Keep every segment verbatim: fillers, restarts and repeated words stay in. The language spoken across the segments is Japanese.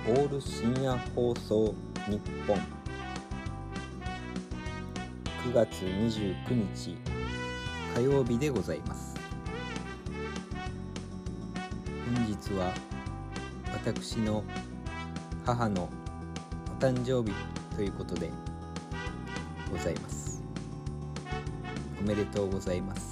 オール深夜放送日本くがつにじゅうくにち火曜日でございます。本日は私の母のお誕生日ということでございます。おめでとうございます。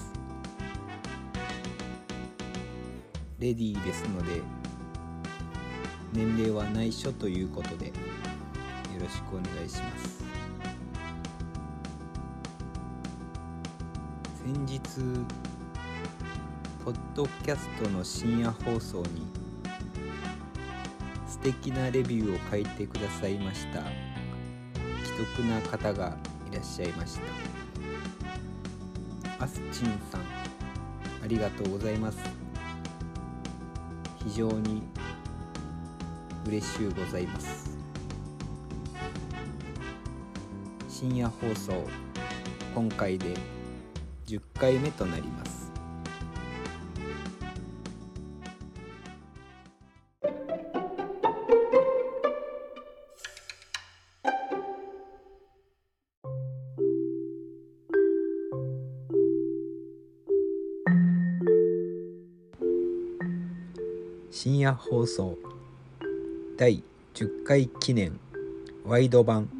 レディーですので年齢は内緒ということでよろしくお願いします。先日ポッドキャストの深夜放送に素敵なレビューを書いてくださいました既得な方がいらっしゃいました。アスチンさん、ありがとうございます。非常に嬉しゅうございます。深夜放送、今回でじゅっかいめとなります。深夜放送だいじゅっかい記念ワイド版。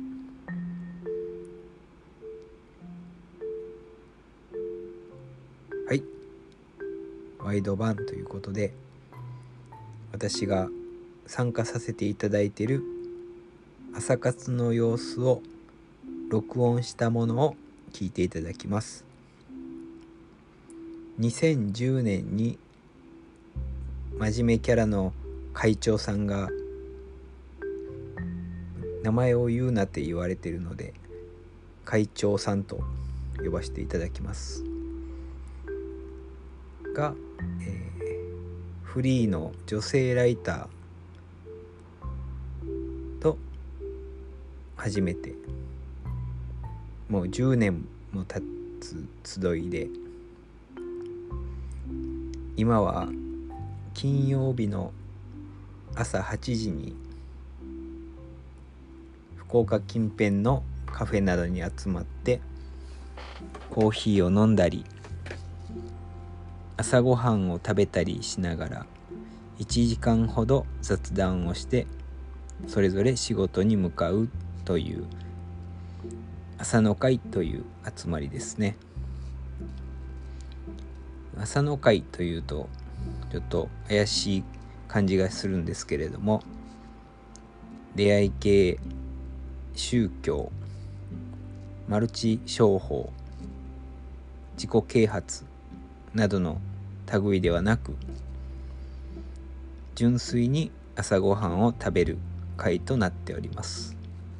はい、ワイド版ということで私が参加させていただいている朝活の様子を録音したものを聞いていただきます。にせんじゅうねんに真面目キャラの会長さんが名前を言うなって言われているので会長さんと呼ばせていただきますが、えー、フリーの女性ライターと初めてもうじゅうねんも経つ集いで、今は金曜日の朝はちじに福岡近辺のカフェなどに集まってコーヒーを飲んだり朝ごはんを食べたりしながらいちじかんほど雑談をしてそれぞれ仕事に向かうという朝の会という集まりですね。朝の会というとちょっと怪しい感じがするんですけれども、出会い系宗教、マルチ商法、自己啓発などの類ではなく、純粋に朝ごはんを食べる会となっております。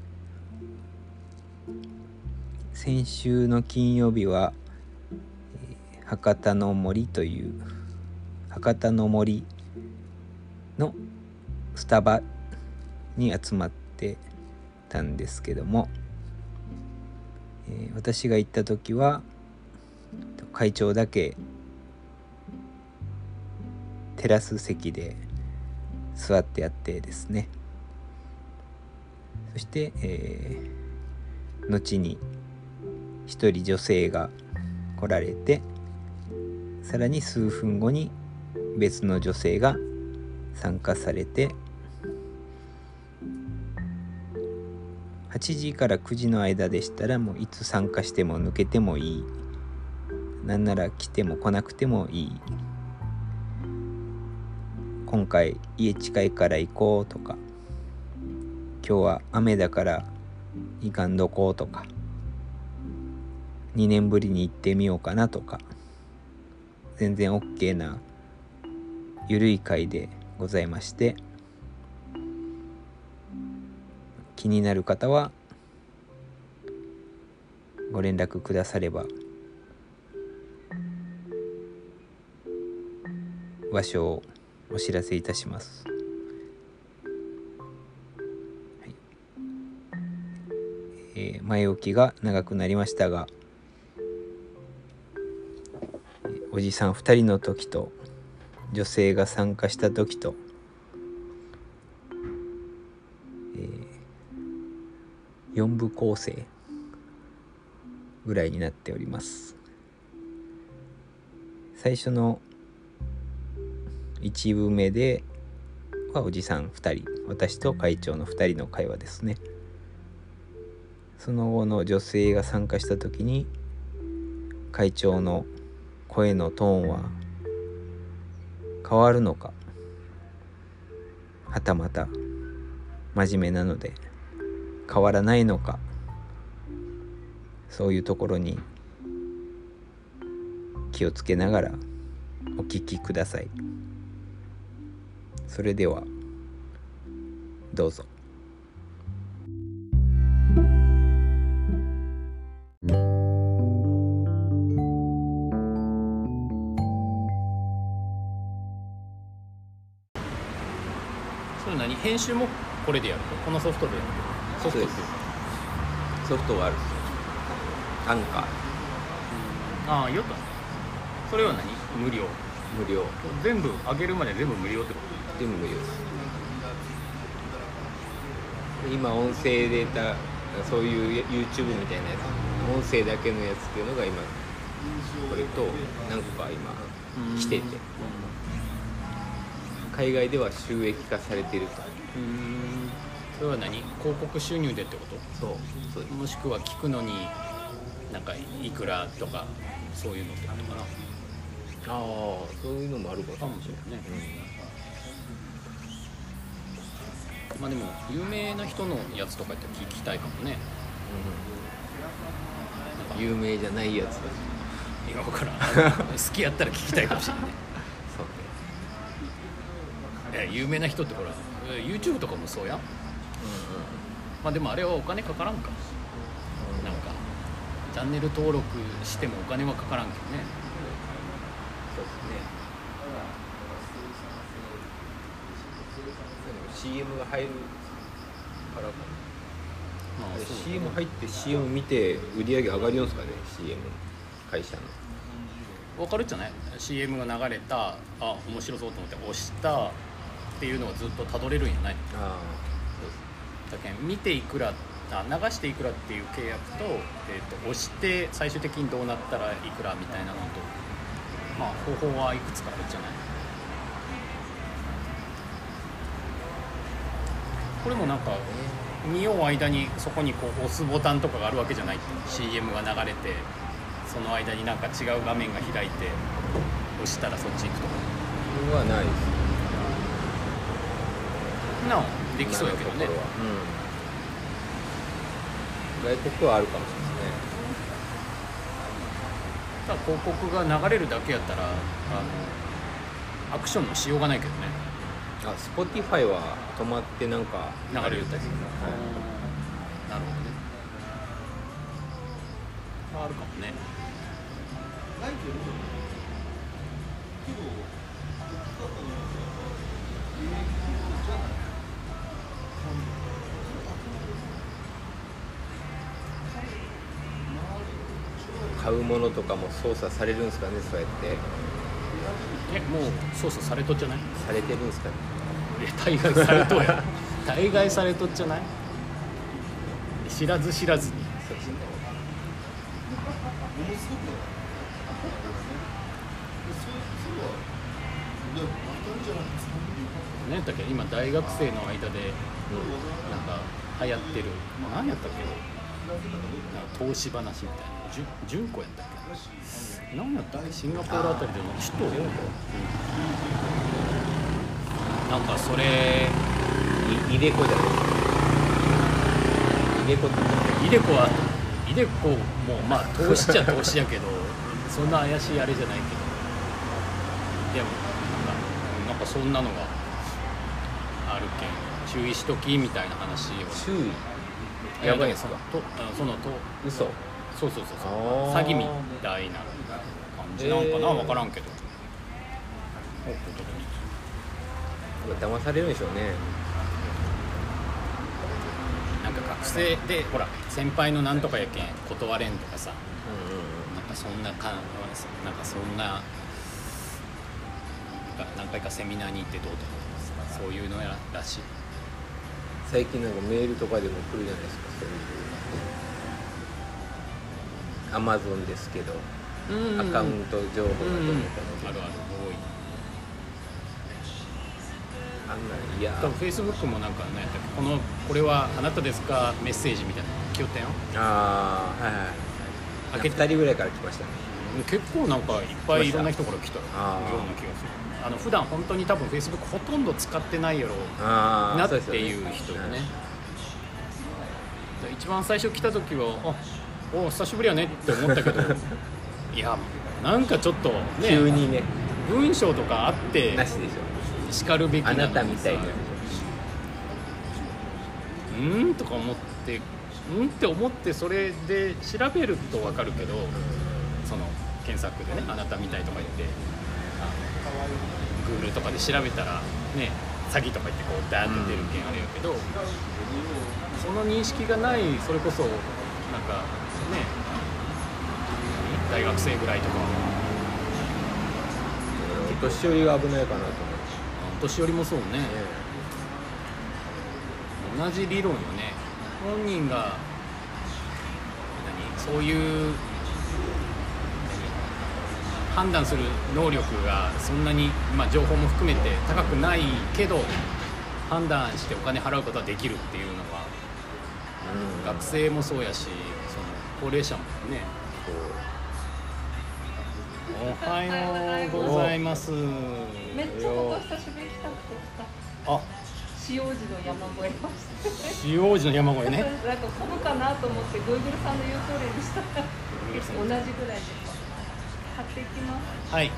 先週の金曜日は、えー、博多の森という博多の森のスタバに集まってたんですけども、えー、私が行った時は会長だけテラス席で座ってやってですね、そして、えー、後に一人女性が来られて、さらに数分後に別の女性が参加されて、はちじからくじの間でしたらもういつ参加しても抜けてもいい、なんなら来ても来なくてもいい、今回家近いから行こうとか、今日は雨だから行かんどこうとか、にねんぶりに行ってみようかなとか、全然 OK なゆるい会でございまして、気になる方はご連絡くだされば場所をお知らせいたします。はい、えー、前置きが長くなりましたが、おじさんふたりの時と女性が参加した時とよんぶ構成ぐらいになっております。最初のいち部目ではおじさんふたり、私と会長のふたりの会話ですね。その後の女性が参加した時に会長の声のトーンは変わるのか、はたまた真面目なので変わらないのか、そういうところに気をつけながらお聞きください。それではどうぞ。 それ何、編集もこれでやるの？このソフトでやるの？ソフトってソフトがあるんですよ。アンカー。 ああ、よっと。それは何？無料。 無料。 全部上げるまで全部無料ってこと？ 全部無料です。今音声データ、そういう YouTube みたいなやつ、音声だけのやつっていうのが今これと何個か今来てて、海外では収益化されていると。 うーん。それは何？広告収入でってこと？ そうそうです。 もしくは聞くのになんかいくらとかそういうのってことかな。 ああ、そういうのもあるかもしれないね。 うん、まあでも有名な人のやつとかって聞きたいかもね。 うん、有名じゃないやつだ。 いや、分からん。好きやったら聞きたいかもしれないね。そうね。いや、有名な人ってほら YouTube とかもそうやん。うんうん、まあでもあれはお金かからんか。うん、なんかチャンネル登録してもお金はかからんけどね。 そうですね。シーエム が入るからかな。まあ、シーエム 入って シーエム 見て売り上げ上がるんですかね。 シーエム 会社の分かるじゃない。 シーエム が流れた、あ、面白そうと思って押したっていうのをずっとたどれるんやない。ああ、だけん見ていくら、あ、流していくらっていう契約と、えー、と押して最終的にどうなったらいくらみたいなのと、まあ方法はいくつかあるじゃない。これもなんか見よう間にそこにこう押すボタンとかがあるわけじゃないって。 シーエム が流れてその間になんか違う画面が開いて押したらそっち行くとか。 それはないです。 なおできそうやけどね。 うん、外国はあるかもしれないですね。 ただ広告が流れるだけやったらあのアクションのしようがないけどね。 あ、Spotify は止まってなんか流れるんですよ。 はい、 なるほどね。あるかもね。 買うものとかも操作されるんですかね、そうやって。 え、もう操作されとっちゃない？ されてるんですかね。 大概されとうや。大概されとっちゃない？知らず知らずに。そうですね。何やったっけ、今大学生の間で、うん、なんか流行ってる何やったっけ、なんか投資話みたいな、じゅ純子やったっけ、何やったっけ、シンガポールあたりでの首都、うん、なんかそれイデコじゃないイデコってイデコはイデコもまあ投資っちゃ投資やけどそんな怪しいあれじゃないけど、でもなんか、なんかそんなのがあるけん注意しときみたいな話を。 注意やばいですか。 とそのと嘘。 そうそうそうそう、詐欺みたいな感じなんかな、分からんけど、 騙されるんでしょうね。 なんか学生でほら先輩のなんとかやけん断れんとかさ、うんうんうん、なんかそんなかなんかそんな何回かセミナーに行ってどうとかそういうのやらしい。 最近なんかメールとかでも来るじゃないですか、そういうアマゾンですけど、うんうん、アカウント情報がどうのかな、うんうん、あるある多い。あんなにいや多分フェイスブックもなんかね、このこれはあなたですかメッセージみたいなの来よったよ。 ああはいはい。開けふたりぐらいから来ましたね。 結構なんかいっぱいいろんな人から来たような気がする。あの普段本当に多分フェイスブックほとんど使ってないやろうなっていう人よね。一番最初来た時はあお久しぶりやねって思ったけどいやなんかちょっとね急にね文章とかあってなしでしょ、 しかるべきなあなたみたいなうんとか思ってうんって思ってそれで調べると分かるけど、その検索でねあなたみたいとか言ってGoogle とかで調べたらね詐欺とか言ってこうダーッと出る件あれやけど、うん、その認識がないそれこそなんかね大学生ぐらいとかお年寄りが危ないかなと思う。 お年寄りもそうね、うん、同じ理論よね。本人が何そういう判断する能力がそんなに、まあ、情報も含めて高くないけど判断してお金払うことはできるっていうのは、うん、学生もそうやしその高齢者もね。おはようございます。 めっちゃここ久しぶり来たって来た。あ、塩路の山越えました。 塩路の山越えね。 なんか混むかなと思って Google さんの言う通りにしたら同じぐらいです。買っていきます。 はい。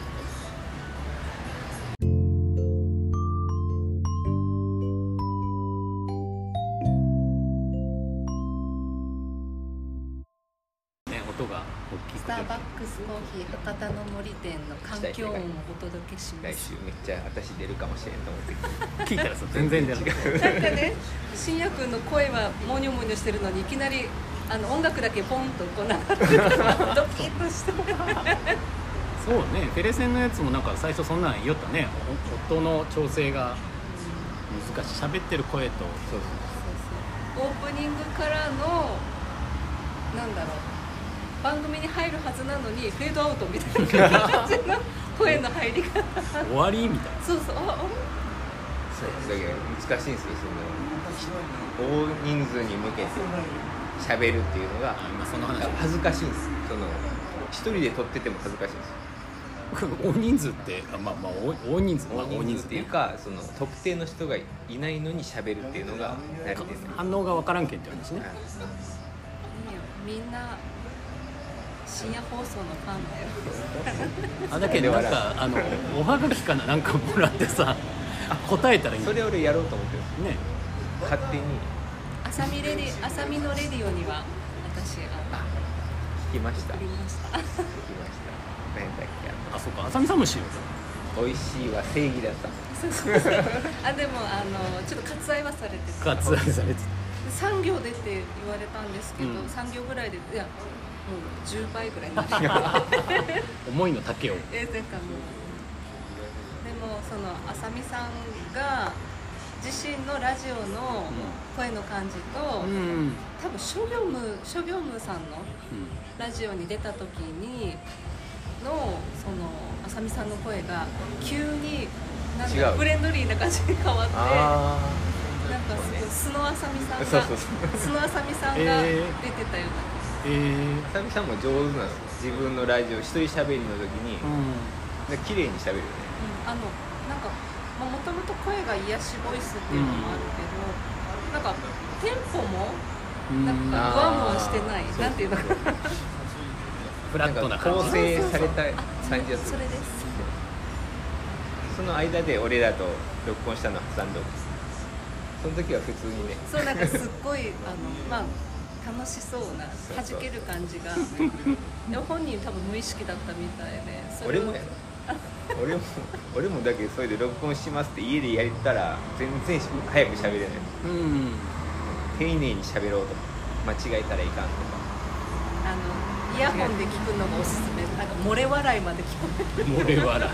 スターバックスコーヒー博多の森店の環境音をお届けします。 来週めっちゃ私出るかもしれんと思って聞いたらさ全然出る。 なんかね、信也君の声はモニョモニョしてるのにいきなりあの音楽だけポンとこう流れてドキッとしてそうね、フェレセンのやつもなんか最初そんなん言ったね。音の調整が難しい、喋ってる声とそうそうそうそう。オープニングからのなんだろう番組に入るはずなのにフェードアウトみたいな感じの声の入り方終わりみたいな。 そうそうああそうだけど難しいんですよ。その大人数に向けて喋るっていうのが今その話恥ずかしいんです。その一人で撮ってても恥ずかしいんですよ。 大人数ってあまあまあ大人数大人数っていうかその特定の人がいないのに喋るっていうのが慣れてる。 反応が分からんけんって話ね。はい、 みんな深夜放送のファンだよ。 あだけどなんかあのおはがきかななんかもらってさ答えたらいい。 それ俺やろうと思ってるね。 勝手に。 あさみレディ、あさみのレディオには私あ聞きました。 聞きました。聞きました。 何だっけあそうかあさみさんもしよう。美味しいは正義だった。 そうそうそう。あでもあのちょっと割愛はされてた。割愛されてた。 さん行でって言われたんですけど、うん、さん行ぐらいでいや。もうじゅうばいぐらいになる思いの丈をえー、なんかもうでもそのあさみさんが自身のラジオの声の感じと、うん、多分諸業務諸業務さんのラジオに出た時にのそのあさみさんの声が急になんかフレンドリーな感じに変わってなんかすごい素のあさみさんが素のあさみさんが出てたような、えーえー、あさみさんも上手なんです。自分のラジオ一人喋りの時に、うん、綺麗に喋るよね、 うん、あのなんかもともと声が癒しボイスっていうのもあるけど、うん、なんかテンポもなんかふわふわしてない、うん、なんていうのかなフラットな感じ構成された感じがする。 それです。 その間で俺らと録音したの挟んでおく。その時は普通にねそうなんかすっごいあのまあ楽しそうな弾ける感じがでも本人多分無意識だったみたいでそれ俺もやろ俺も俺もだけどそれで録音しますって家でやったら全然早く喋れない、うん、丁寧に喋ろうと間違えたらいかんとかあのイヤホンで聞くのがおすすめ。なんか漏れ笑いまで聞こえる漏れ笑い漏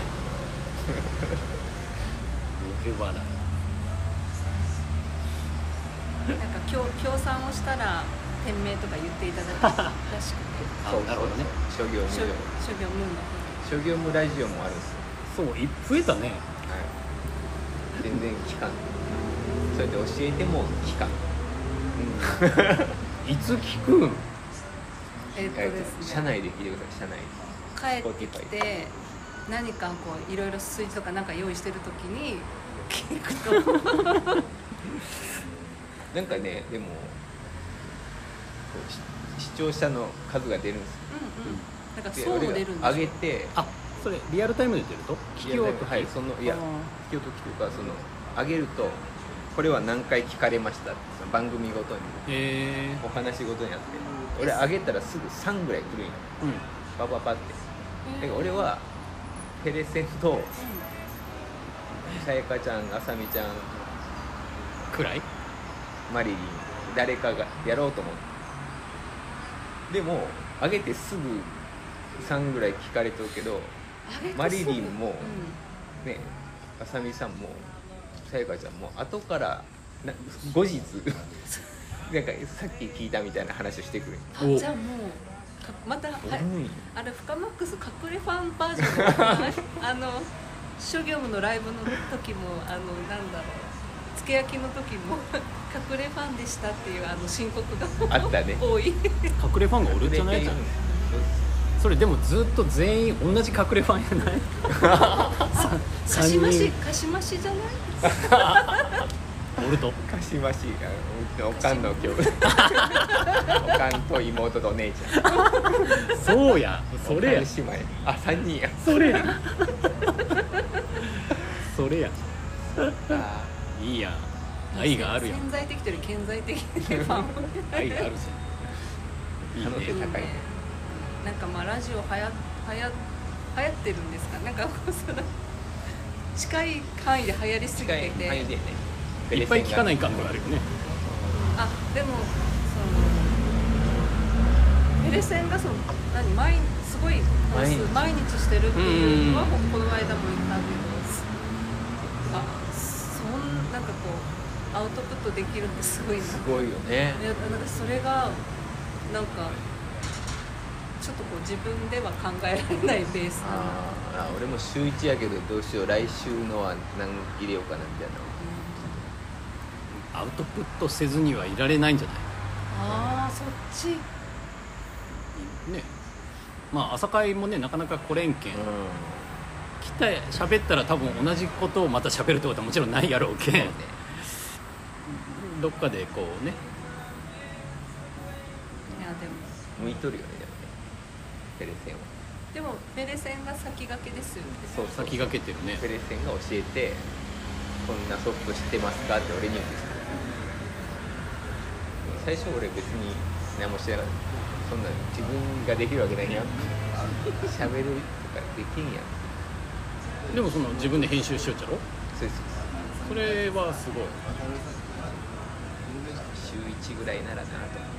れ笑いか協協賛をしたら店名とか言っていただけたらしくてあ、なるほどね。 諸行無諸常諸行無の諸行無ラジオもあるんですよ。 そうい増えたね。 はい、全然聞かん。それで教えても聞かん。 いつ聞くん？ えっとですね、 社内で聞いてください。社内帰ってきて何かこういろいろ数字とかなんか用意してるときに聞くとなんかね、でもこう視聴者の数が出るんですよ。 うんうん。なんかでそうも出るんですよ。 上げて、 あ、それリアルタイムで出ると？聞き終わった。 はい、そのいや聞き落ときというかその上げるとこれは何回聞かれましたってその番組ごとにへお話ごとにあって、俺上げたらすぐさんぐらい来るんよ。 ー。うん。 パパパって。だから俺はペレセンとさやかちゃん、あさみちゃん、 くらい？ マリリン誰かがやろうと思って。でも上げてすぐさんぐらい聞かれとるけど、マリリンもね、あさみさんもさやかちゃんも後からな後日なんかさっき聞いたみたいな話をしてくる。 あ、じゃあもうまた、はい、あれフカマックス隠れファンバージョンあの諸行無のライブの時もあのなんだろうつけ焼きの時も隠れファンでしたっていうあの申告があったね。 多い隠れファンがおるんじゃないかな。それでもずっと全員同じ隠れファンやない？ かしましかしましじゃない？ おるとかしましおかんの今日おかんと妹と姉ちゃんそうやそれや姉妹あ三人やそれやそれやあいいや愛があるやん潜在的というより顕在的ファン愛があるじゃんいいね可能性高いね。 なんかまあラジオはやはや流行ってるんですか。なんかその近い範囲で流行りすぎてて近い範囲でねいっぱい聞かないかんのがあるよね。 あ、でもそのペレセンがその何毎すごい本数毎日してるっていうのはこの間も言ったけど、あ、そんなんかこうアウトプットできるってすごいな。 すごいよね。 いやなんかそれがなんかちょっとこう自分では考えられないベースだな。 ああ俺も週一やけどどうしよう来週のは何入れようかなみたいな。 アウトプットせずにはいられないんじゃない？ ああそっちね。まあ朝会もねなかなか来れんけん、うん、来て喋ったら多分同じことをまた喋るってことはもちろんないやろうけん、ね、どっかでこうね。 いやでも向いとるよねでもねペレセンは。 でもペレセンが先駆けですよね。 そう先駆けてるね。 ペレセンが教えてこんなソフト知ってますかって俺に言うんですよ。最初俺別に何もしてなかった。そんな自分ができるわけないやん。喋るとかできんやん。 でもその自分で編集しようちゃろ。 そうです。 それはすごい。 週一ぐらいならなと。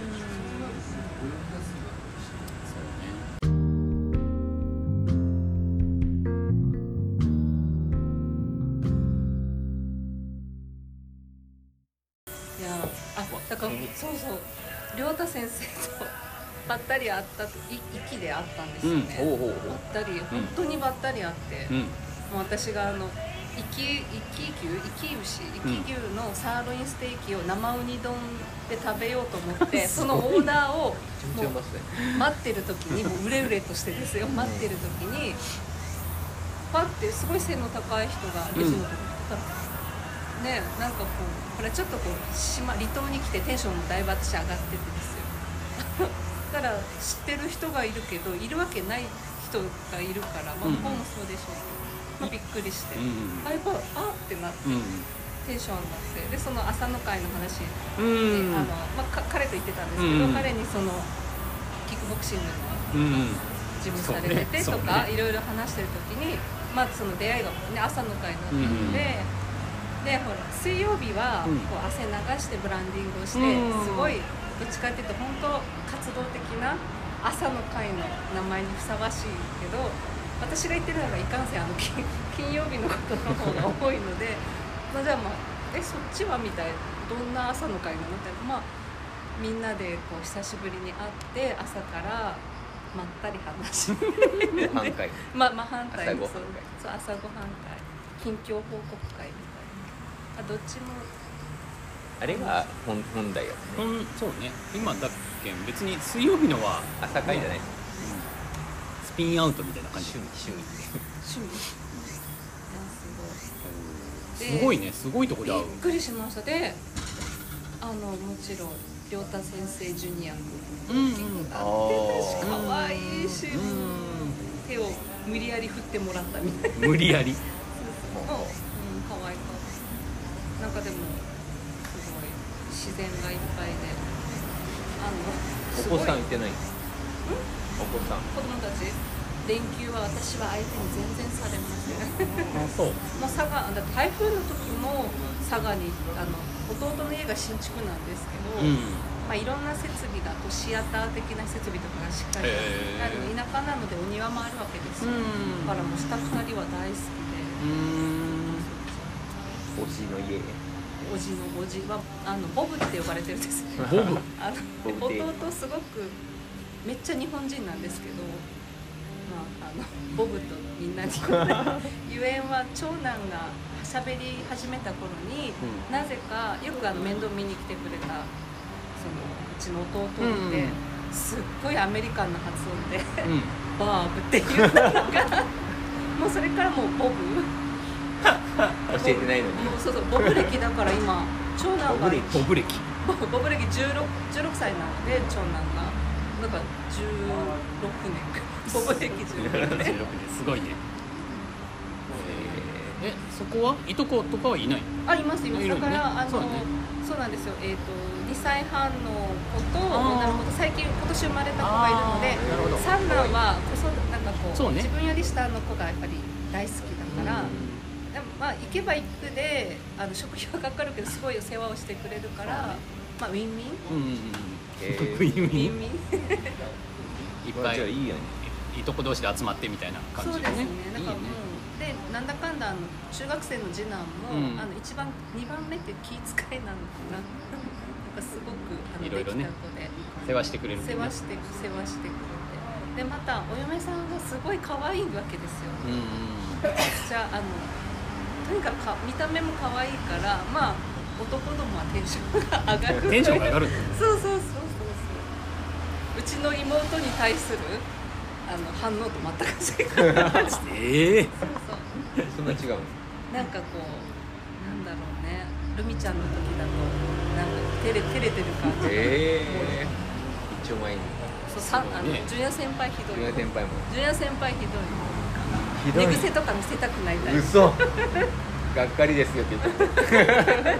だからそうそう亮太先生とばったり会ったと息で会ったんですよね、うん、ばったり本当にばったり会って、うん、もう私があの生き生き牛生き牛生き牛のサーロインステーキを生ウニ丼で食べようと思って、うん、そのオーダーをもう待ってる時にもううれうれとしてですよ待ってる時にパッてすごい背の高い人がレジのとこに来たら、ね、なんかこうこれちょっとこう島離島に来てテンションもだいぶ私上がっててですよだから知ってる人がいるけどいるわけない人がいるから、まあ、向こうもそうでしょうけど、まあ、びっくりして、うん、あやっぱあってなって、うん、テンション上がってでその朝の会の話で、うん、あのまあ、彼と言ってたんですけど、うん、彼にそのキックボクシングの事務されててとか、ね、いろいろ話してる時に、まあ、その出会いが、ね、朝の会だったので、うん、でほら水曜日はこう汗流してブランディングをして、うん、すごいどっちかっていうと本当活動的な朝の会の名前にふさわしいけど私が言ってるのがいかんせんあの 金, 金曜日のことの方が多いのでまあじゃあまあえそっちはみたいなどんな朝の会なのってまあみんなでこう久しぶりに会って朝からまったり話してご飯会まあまあ反対朝ごはん会そうそう朝ごはん会近況報告会みたいなあどっちもあれが 本, 本来やほもんね。 んそうね今だっけ別に水曜日のは朝会じゃない、 スピンアウトみたいな感じ趣味趣味趣味いやすごいすごいねすごいとこで会うびっくりしましたであのもちろん亮太先生ジュニア君うんうん大きくなってたしあー可愛いしう手を無理やり振ってもらったみたいな無理やりそうそう、うん、可愛かったなんかでもすごい自然がいっぱいであのすごいお子さんいてないんですお子さん子供たち連休は私は相手に全然されませんあそうもう佐賀だって台風の時も佐賀にあの弟の家が新築なんですけど、 うんまあ、いろんな設備がこうシアター的な設備とかがしっかりある、 へー田舎なのでお庭もあるわけですよ、 うんだからもう下ふたりは大好きでうーんおじの家おじのおじはあのボブって呼ばれてるんですボブあのボブで弟すごくめっちゃ日本人なんですけど、まあ、あのボブとみんなにゆえんは長男が喋り始めた頃に、 うんなぜかよくあの面倒見に来てくれたそのうちの弟を見て、 うんすっごいアメリカンな発音でうんバーブっていうのがもうそれからもうボブ教えてないのにもうそうそうボブ歴だから今長男がボブ歴ボブ歴ボボブ歴じゅうろく、じゅうろくさいなので長男がだからじゅうろくねんボブ歴じゅうろくねんじゅうろくねんすごいねえそこはいとことかはいないあいますいますいるよねだからあのそうだねそうなんですよえっ、とにさいはんの子とあー女の子と最近今年生まれた子がいるのであーなるほど三男は子育てなんかこうそうね自分より下の子がやっぱり大好きだから、でもまあ行けば行くであの食費はかかるけどすごいお世話をしてくれるから、まあウィンウィンうんうんうんえーウィンウウィィンンウィンいっぱいじゃあいいやんいとこ同士で集まってみたいな感じそうですねいいなんかもうでなんだかんだあの中学生の次男も、 うんあの一番にばんめって気遣いなのかななんかすごくあのいろいろねできた子で世話してくれるんだよね世話して世話してくれてでまたお嫁さんがすごい可愛いわけですようんうんじゃああのとにかくか見た目も可愛いからまあ男どもはテンションが上がるテンションが上がるそうそうそうそうそううちの妹に対するあの反応と全く違うええそうそうそんな違うのなんかこうなんだろうねルミちゃんの時だとなんか照れ照れてる感じええー、一丁前にそうさあのねジュニア先輩ひどいジュニア先輩もジュニア先輩ひどいひどい寝癖とか見せたくないタイプ嘘がっかりですよって言ってたえ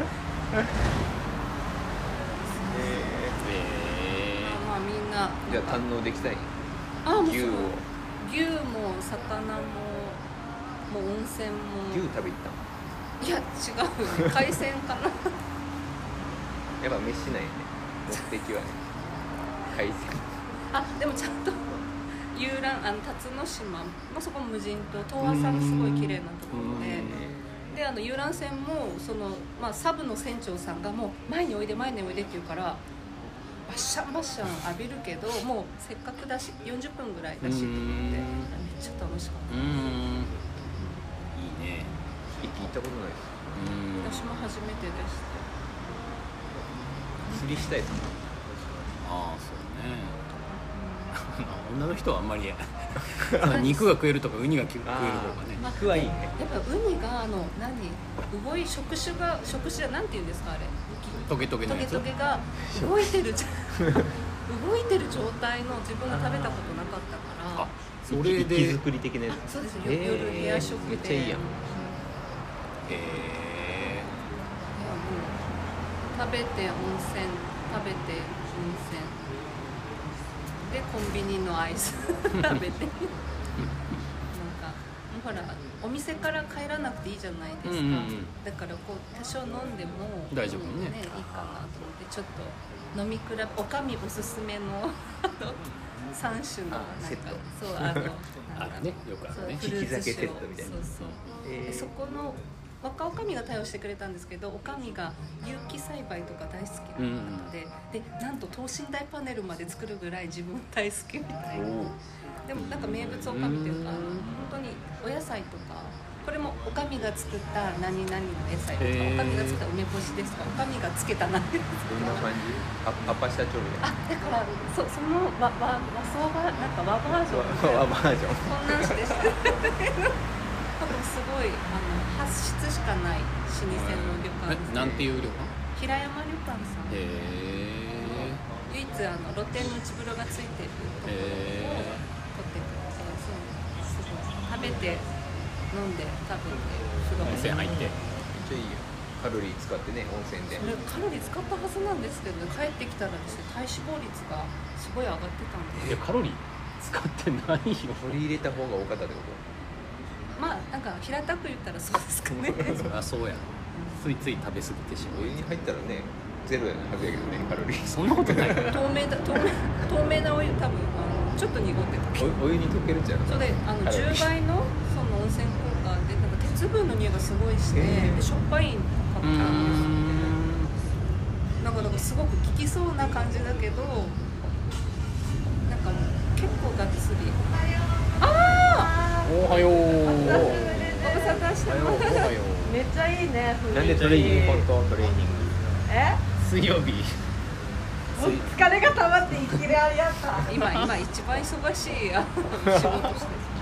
えまあまあみんなー、じゃあ堪能できたいあもう牛を牛も魚ももう温泉も牛食べ行ったのいや違うね海鮮かなやっぱ飯ないよね目的はね海鮮あでもちゃんと遊覧あの辰野島もそこも無人島東亜さんすごい綺麗なところでであの遊覧船もその、まあ、サブの船長さんがもう前においで前においでって言うからバッシャンバッシャン浴びるけどもうせっかくだしよんじゅっぷんぐらいだしって言ってめっちゃ楽しかっうーんいいね一気行ったことないうんた私も初めてでした釣りしたいですああそうね女の人はあんまり肉が食えるとかウニが食える方がねまあ肉はいいねやっぱウニがあの何動い触手が触手じゃなんて言うんですかあれトゲトゲのトゲやつトゲが動いてるじゃん動いてる状態の自分が食べたことなかったからあそれで木作り的なやつそうですよ、 へー夜部屋食でめっちゃいいやんへえいやもう食べて温泉食べて温泉でコンビニのアイス食べてなんかもうほらお店から帰らなくていいじゃないですか、 うんうんうんだからこう多少飲んでも大丈夫ねいいかなと思ってちょっと飲み比べおかみおすすめのあのさん種のなんかあセットそうあのあるねよくあるねそうフルーツ利き酒セットみたいなそうそうえーでそこの若女将が対応してくれたんですけど、女将が有機栽培とか大好きな方で、うん、でなんと等身大パネルまで作るぐらい自分大好きみたいな。でもなんか名物女将っていうか、本当にお野菜とか、これも女将が作った何々の野菜とか、女将が作った梅干しですとか、女将がつけた何ですどんな感じ？アッパした調味料。 あ、だからそその和和和装がなんか和バージョン。 和バージョン。 そんなんしてして。多分すごいあの発室しかない老舗の旅館で。 なんていう旅館？ 平山旅館さん。へえ。 唯一あの露天の内風呂がついてるところを取ってくれて、そうすごい食べて。飲んで食べて風呂温泉入ってめっちゃいいよ。カロリー使ってね、温泉で。 それカロリー使ったはずなんですけど、帰ってきたらですね、体脂肪率がすごい上がってたんで。 いやカロリー使ってないよ。 取り入れた方が多かったってこと？ まあなんか平たく言ったらそうですかね。 あ、そうや。ついつい食べ過ぎてしまう。 お湯に入ったらね、ゼロやなはずやけどね、カロリー。 そんなことない。 透明だ透明透明なお湯多分あのちょっと濁ってた。 お, お湯に溶けるんじゃん。 それであのじゅうばいのその温泉効果でなんか鉄分の匂いがすごいして、でしょっぱいかったんですよ。なんかなんかすごく効きそうな感じだけど、なんかもう結構がっつり。ああ。 おはよう。 ご無沙汰してます。 おはよう。めっちゃいいね。 なんでトレーニング本当トレーニング。 え？ 水曜日。 疲れが溜まって生きるあれやった。 今今一番忙しいあの仕事してる。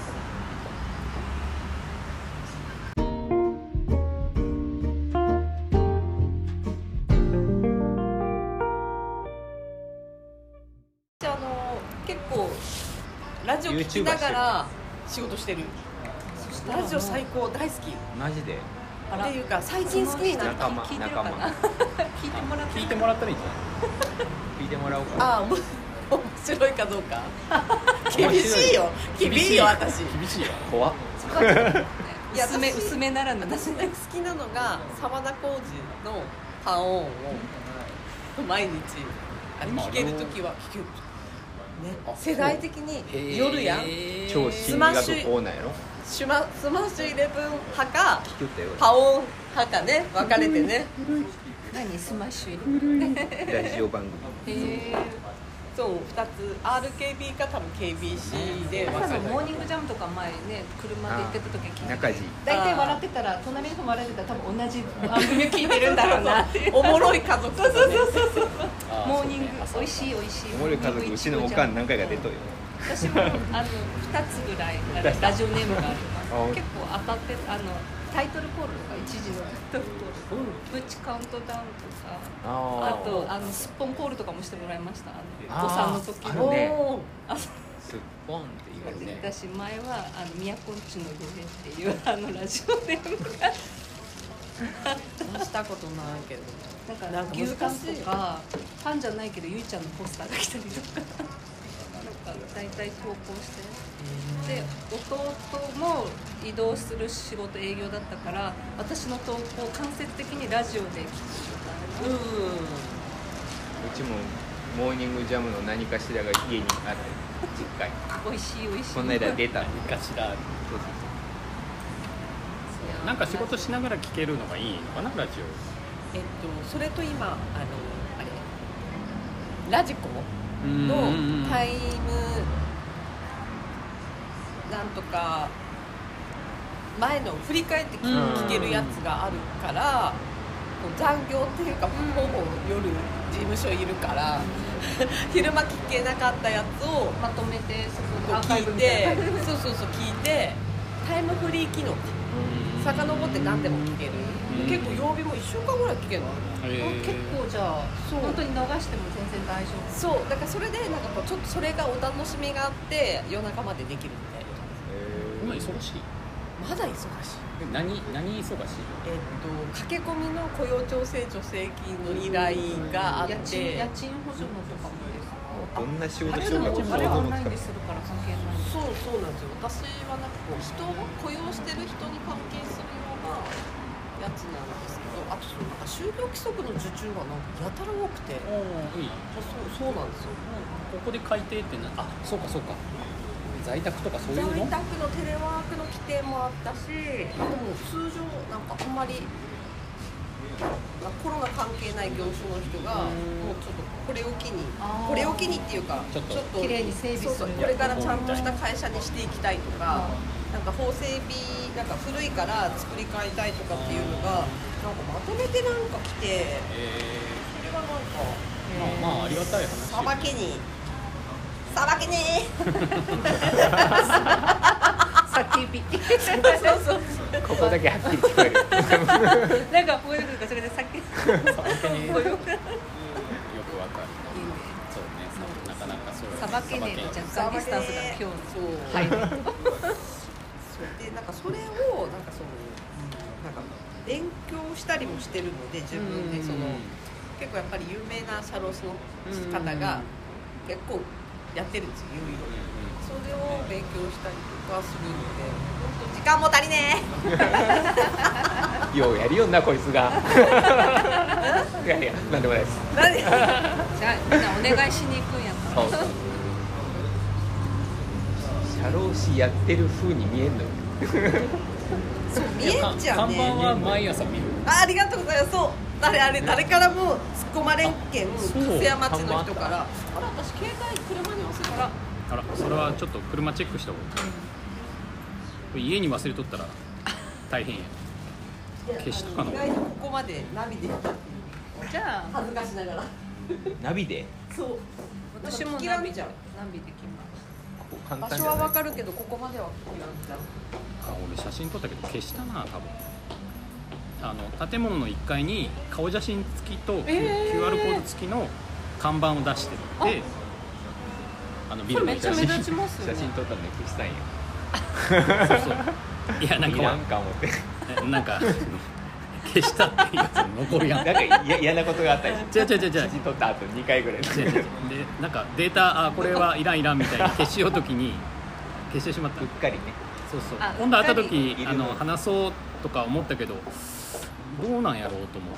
あの結構ラジオ聞きながら仕事してる。ラジオ最高大好き。 マジで。 っていうか最近好きになった。 聞いてるかな。聞いてもらって聞いてもらったらいいんじゃない？ 聞いてもらおうか。 ああ、面白いかどうか。厳しいよ。厳しいよ私。 厳しいよ。 怖っ。 いや薄め薄めならぬ。 私ね好きなのが沢田浩二のパオーンを毎日あれ聞けるときは聞ける。ね、世代的に夜やん。 超心理学オーナーやろ。 スマスマッシュイレブン派かパオーン派かね分かれてね。 何スマッシュイレブン？ ラジオ番組。 へえ。 そうふたつ アールケービー か多分 ケービーシー で分かれて。 モーニングジャムとか前ね車で行ってた時聞いて。 中地。 大体笑ってたら隣の人も笑ってたら多分同じ番組聞いてるんだろうなって。 おもろい家族。そうそうそうそう。 モーニング美味しい美味しい。 おもろい家族うちのおかん何回か出とるよ。 私もあのふたつぐらいラジオネームがあります。結構当たってあのタイトルコールとか一時のタイトルコール、プチカウントダウンとか、あとあのすっぽんコールとかもしてもらいました。あのお子さんの時の。 あ、すっぽんって言われて。 私前はあの宮古んちの嫁っていうあのラジオネームがしたことないけど、 なんか牛タンとかパンじゃないけどゆいちゃんのポスターが来たりとか。大体投稿してで弟も移動する仕事営業だったから私の投稿を間接的にラジオで聞くうんうちもモーニングジャムの何かしらが家にある実家に美味しい美味しいこの間出た何かしらなんか仕事しながら聞けるのがいいのかなラジオ。えっとそれと今あのあれラジコのタイムなんとか前の振り返って聞けるやつがあるから残業っていうかほぼ夜事務所いるから昼間聞けなかったやつをまとめて聞いてそうそうそう聞いてタイムフリー機能遡って何でも聞ける。結構曜日もいっしゅうかんぐらい聞けるの。 結構じゃあ本当に逃しても全然大丈夫。そうだからそれでなんかこうちょっとそれがお楽しみがあって夜中までできるみたい今な。 忙しい？ まだ忙しい。 何何忙しい？ えっと駆け込みの雇用調整助成金の依頼があって、 家賃補助のとかもですか？ どんな仕事しようかあれはオンラインでするから関係ない。 そうそうなんですよ。私はなんかこう人を雇用してる人に関係するようなやつなんですけど、あとなんか就業規則の受注がなんかやたら多くて、 おいい。 そうそうなんですよ。 ここで改定ってなあそうかそうか。 在宅とかそういうの？ 在宅のテレワークの規定もあったし、でも通常なんかあんまりコロナ関係ない業種の人がもうちょっとこれを機にこれを機にっていうかちょっと綺麗に整備する。 そうそうこれからちゃんとした会社にしていきたいとか、なんか法整備なんか古いから作り変えたいとかっていうのがなんかまとめてなんか来て、 えそれがなんかー、まあまあありがたい話。 さばけにさばけね叫びそうそうここだけはっきり聞こえるなんか覚えてるかそれで叫びさばけねよくわかる。そうね、さなかなかそうさばけねえの若干ディスタンスが今日そうはいそうでなんかそれをなんかそのなんか勉強したりもしてるので自分でその結構やっぱり有名な社労士の方が結構やってるんですよ、いろいろ。それを勉強したりとかするので本当時間も足りねえようやるよなこいつがいやいやなんでもないです。 何じゃあみんなお願いしに行くんやから。 そうそう社労士やってる風に見えんのよそう見えんじゃんね。 看板は毎朝見る。 あありがとうございます。そうあれあれ誰からも突っ込まれんけん粕屋町の人からあら私携帯車に忘れたらあら、それはちょっと車チェックした方がいい。これ家に忘れとったら大変や。消しとかの意外にここまでナビで行ったっていうじゃあ恥ずかしながらナビでそう私もナビじゃんナビできますここ簡場単じゃない所はわかるけどここまでは聞きなんじゃんあ、俺写真撮ったけど消したな、多分。あの建物のいっかいに顔写真付きと、 えー、 キューアール コード付きの看板を出してて、あのビルのこれめっちゃ目立ちますよね。 写真撮ったんで消したんやそうそういやなんかいらんかもってなんか消したっていうやつ残るやん。 なんか嫌嫌なことがあったりして違う違う違う違う写真撮った後にかいぐらい違う違う違うでなんかデータあこれはいらんいらんみたいに消しようときに消してしまった。 うっかりねそうそうあ今度会ったうっか時りあの話そうとか思ったけどどうなんやろうと思って、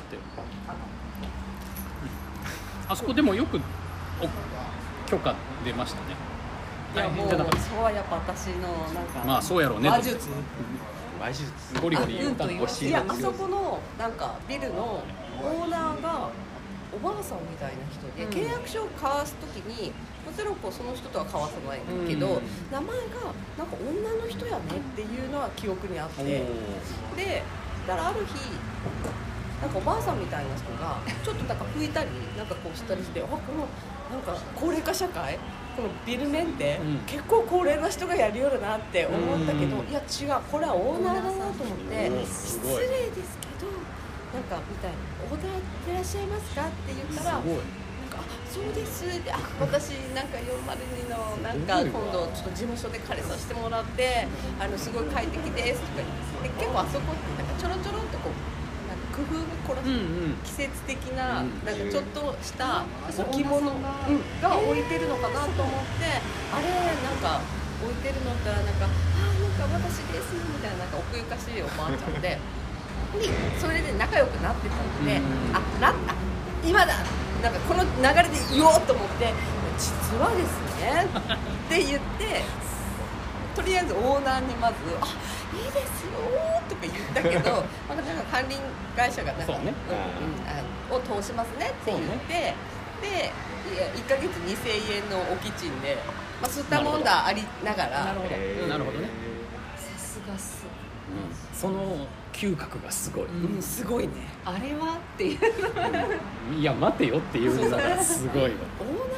うん、あそこでもよくお許可出ましたね。 いやもう大変じゃなかった。 それはやっぱ私のなんかまあそうやろうね話術話術ゴリゴリ言ったのうんと欲しいいやあそこのなんかビルのオーナーがおばあさんみたいな人で、 うん契約書を交わすときにもちろんこうその人とは交わさないんだけど、 うん名前がなんか女の人やねっていうのは記憶にあっておーでだからある日なんかおばあさんみたいな人がちょっとなんか拭いたりなんかこうしたりしてあこのなんか高齢化社会このビルメンってうん結構高齢な人がやるようだなって思ったけど、 うんいや違うこれはオーナーだなと思っておーすごい失礼ですけどなんかみたいなオーダーやってらっしゃいますかって言ったらすごいなんかあそうですってあ私なんかよんまるにのなんかすごいわ今度ちょっと事務所で借りさせてもらってあのすごい快適ですとか言ってで結構あそこってなんかちょろちょろってこうなんか工夫が凝らうんしてうん季節的なうんなんかちょっとした置物うんが置いてるのかなと思ってあれなんか置いてるのったらなんかあーなんか私ですみたいななんか奥ゆかしいおばあちゃんででそれで仲良くなってたのでうんあなあ今だなんかこの流れで言おうと思って実はですねって言ってとりあえずオーナーにまず「あいいですよ」とか言ったけどまだなんか管理会社がなんかそうねうんうん、あのを通しますねって言って、でいやいっかげつにせんえんのおキッチンで、まあ、吸ったもんだありながらなるほどへーなるほどねさすがっす。 うんその嗅覚がすごい、 うん、すごいねあれはっていう。 いや待てよっていうのがすごいわ。 オーナーはなんか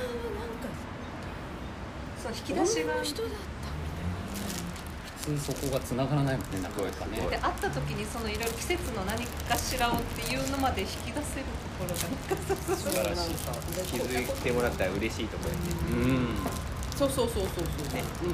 そう引き出しが女の人だった普通そこが繋がらないもんねなかなかね。 で会った時にそのいろいろ季節の何かしらをっていうのまで引き出せるところがなんか素晴らしい。 気づいてもらったら嬉しいところやねうんそうそうそうそうそうね、うん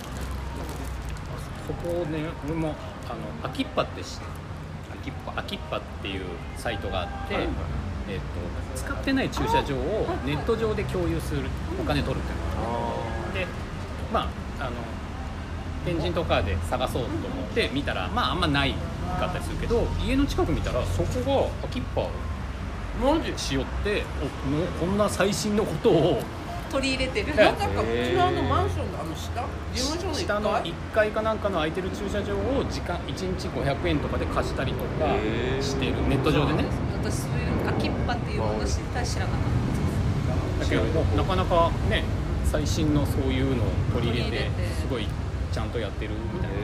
ここね俺もあのアキッパって知ってアキッパアキッパっていうサイトがあって、 はいえっと使ってない駐車場をネット上で共有するお金取るっていうのがああってでまああの天神とかで探そうと思って見たらまああんまないかったりするけど家の近く見たらそこがアキッパマジしよっておもうこんな最新のことを取り入れてる。 えまさかうちのあのマンションのあの下事務所の下のいっかいかなんかの空いてる駐車場を時間いちにちごひゃくえんとかで貸したりとかしてる、ネット上でね。 私そういう空きっぱっていうもの自体知らなかっただけどなかなかね最新のそういうのを取り入れてすごいちゃんとやってるみたいな。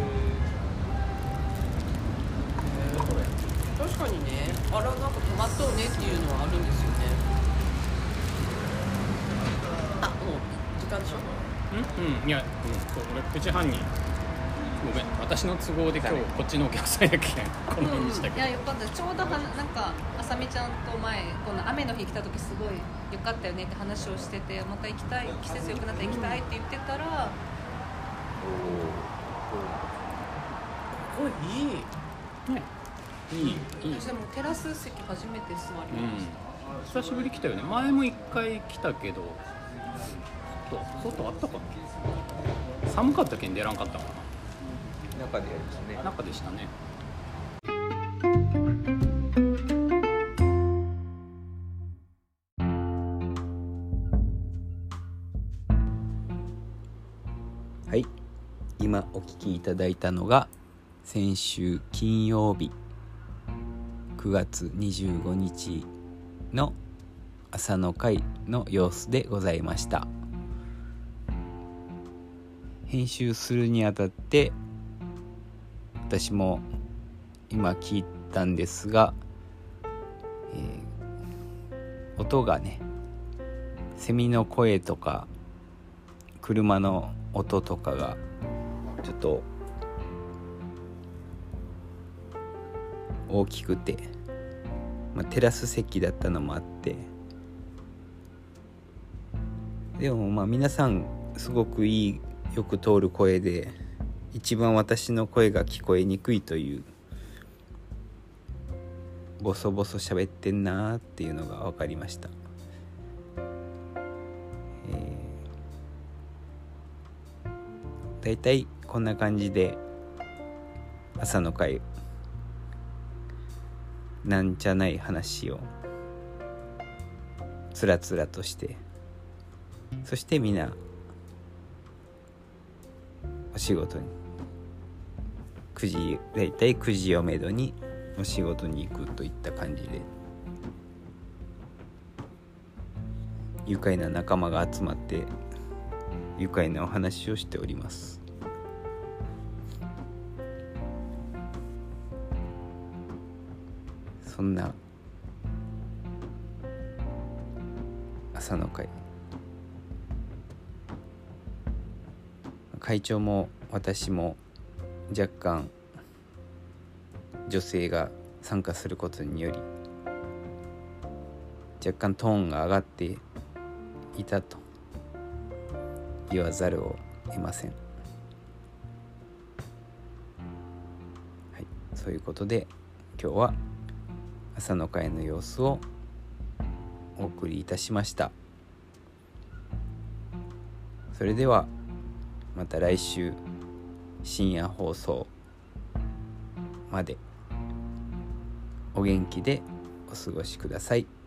確かにね、あらなんか止まっとうねっていうのはあるんですよね。あ、もう時間でしょ。 うんうん、いや、うん、そう俺くじはんにごめん私の都合で今日こっちのお客さんやけんこの辺にしたけど、 いやよかったちょうどはなんかあさみちゃんと前この雨の日来た時すごいよかったよねって話をしてて、また行きたい季節良くなったら行きたいって言ってたら、 ここいいね、いいいい、 私でもテラス席初めて座りました、 うん、久しぶり来たよね。前も一回来たけど外、外あったかな。寒かったけん出らんかったかな。 中でやりますね。 中でしたね。 はい、今お聞きいただいたのが先週金曜日くがつにじゅうごにちの朝の会の様子でございました。編集するにあたって私も今聞いたんですが、えー、音がね、セミの声とか車の音とかがちょっと大きくて、まあ、テラス席だったのもあって、でもまあ皆さんすごくいいよく通る声で、一番私の声が聞こえにくいという、ボソボソ喋ってんなーっていうのが分かりました。えー、だいたいこんな感じで朝の会なんじゃない話をつらつらとして、そしてみんなお仕事にくじ、だいたいくじをめどにお仕事に行くといった感じで、愉快な仲間が集まって愉快なお話をしております。そんな朝の会、会長も私も若干女性が参加することにより若干トーンが上がっていたと言わざるを得ません。はい、そういうことで今日は朝の会の様子をお送りいたしました。それではまた来週深夜放送までお元気でお過ごしください。